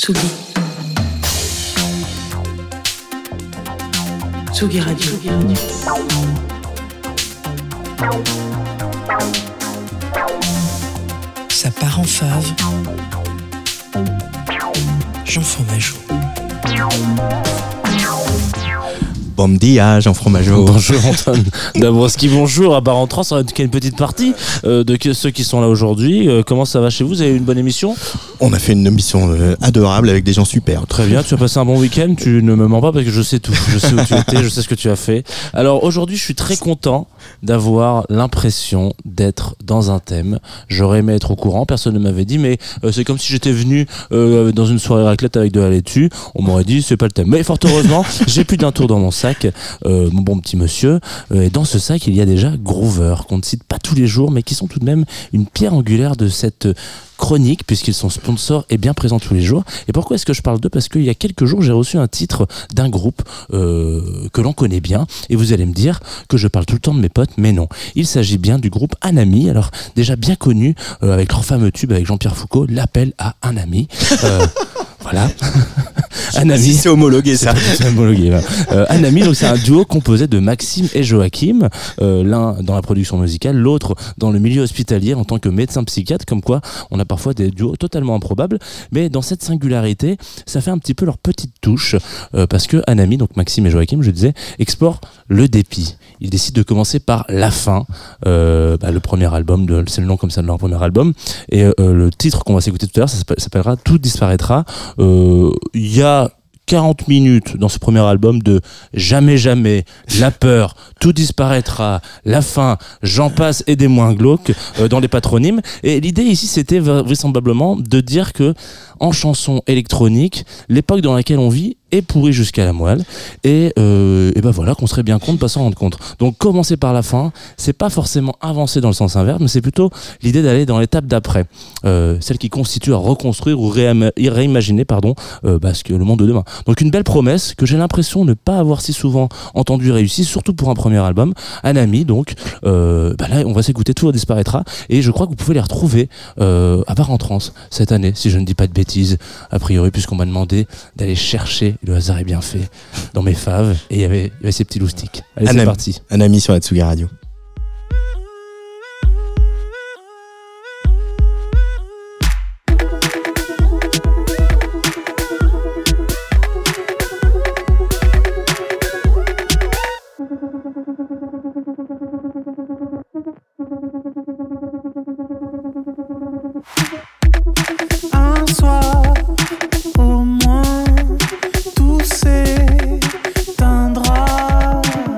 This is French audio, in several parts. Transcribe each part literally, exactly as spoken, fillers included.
Tsugi. Tsugi Radio. Ça part en fave. Jean Fromageau. Bon dia, Jean Fromageau. Bonjour Antoine Dabrowski, bonjour. À part en trans, ça va être une petite partie euh, de ceux qui sont là aujourd'hui. Euh, comment ça va chez vous? Vous avez eu une bonne émission? On a fait une émission euh, adorable avec des gens super. Très bien, tu as passé un bon week-end, tu ne me mens pas parce que je sais tout. Je sais où tu étais, je sais ce que tu as fait. Alors aujourd'hui, je suis très content d'avoir l'impression d'être dans un thème. J'aurais aimé être au courant, personne ne m'avait dit, mais euh, c'est comme si j'étais venu euh, dans une soirée raclette avec de la laitue. On m'aurait dit, c'est pas le thème. Mais fort heureusement, j'ai plus d'un tour dans mon sac, euh, mon bon petit monsieur. Euh, et dans ce sac, il y a déjà Groover, qu'on ne cite pas tous les jours, mais qui sont tout de même une pierre angulaire de cette chronique, puisqu'ils sont sponsors et bien présents tous les jours. Et pourquoi est-ce que je parle d'eux? Parce qu'il y a quelques jours, j'ai reçu un titre d'un groupe euh, que l'on connaît bien, et vous allez me dire que je parle tout le temps de mes potes, mais non. Il s'agit bien du groupe Un Ami, alors déjà bien connu, euh, avec leur fameux tube avec Jean-Pierre Foucault, l'appel à un ami. Euh, Voilà. Un ami. Si c'est homologué, ça. C'est homologué, là. Euh, Un Ami, donc c'est un duo composé de Maxime et Joachim, euh, l'un dans la production musicale, l'autre dans le milieu hospitalier en tant que médecin psychiatre, comme quoi on a parfois des duos totalement improbables, mais dans cette singularité, ça fait un petit peu leur petite touche, euh, parce que Un Ami, donc Maxime et Joachim, je disais, explore le dépit. Ils décident de commencer par La Fin, euh, bah, le premier album, de, c'est le nom comme ça de leur premier album, et euh, le titre qu'on va s'écouter tout à l'heure, ça s'appellera Tout disparaîtra. Il euh, y a quarante minutes dans ce premier album de jamais jamais, la peur, tout disparaîtra, la fin, j'en passe et des moins glauques euh, dans les patronymes. Et l'idée ici, c'était vraisemblablement de dire que en chanson électronique, l'époque dans laquelle on vit est pourrie jusqu'à la moelle, et, euh, et ben voilà, qu'on serait bien con de pas s'en rendre compte. Donc commencer par la fin, c'est pas forcément avancer dans le sens inverse, mais c'est plutôt l'idée d'aller dans l'étape d'après, euh, celle qui constitue à reconstruire ou réima- réimaginer pardon, euh, bah, ce que le monde de demain. Donc une belle promesse que j'ai l'impression de ne pas avoir si souvent entendue réussie, surtout pour un premier album. Un Ami, donc euh, bah là on va s'écouter Tout disparaîtra, et je crois que vous pouvez les retrouver euh, à part en trans cette année, si je ne dis pas de bêtises, a priori, puisqu'on m'a demandé d'aller chercher, le hasard est bien fait, dans mes faves, et il y avait, il y avait ces petits loustiques. Allez, Un c'est ami, parti. Un Ami sur la Tsugi Radio. Un soir, au moins, tout s'éteindra.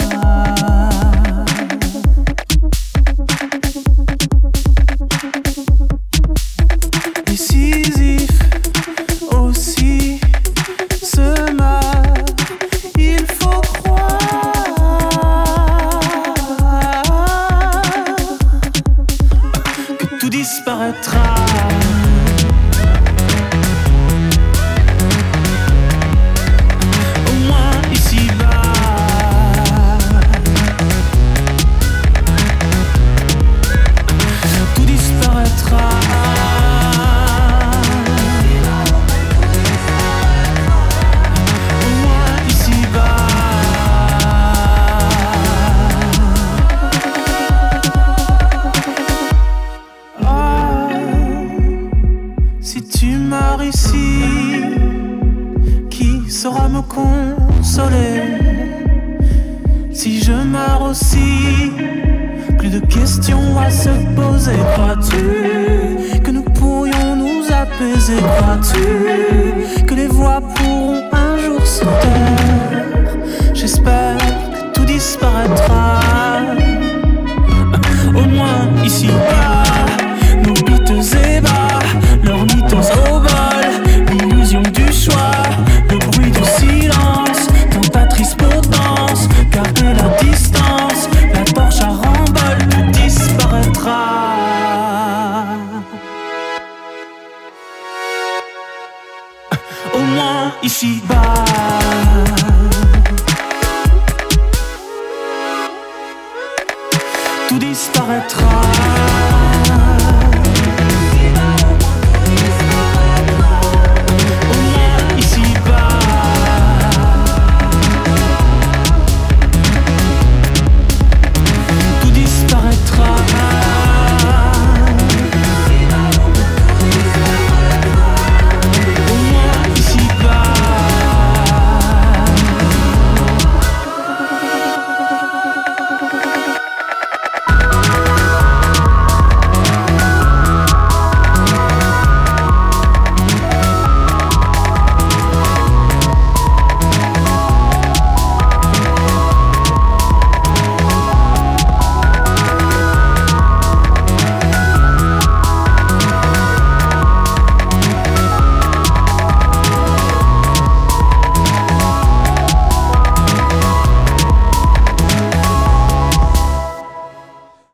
Et Sisyphe aussi se marre, il faut croire que tout disparaîtra. Saura me consoler si je meurs aussi. Plus de questions à se poser. Crois-tu que nous pourrions nous apaiser? Crois-tu que les voix pourront un jour se taire? J'espère que tout disparaîtra, au moins ici-bas. Nos mythes ébats, leurs mythos au bol, l'illusion du choix. Le bruit du silence, tentatrice potence, garder la distance, la torche à rembol, tout disparaîtra. Au moins ici-bas. Tout disparaîtra.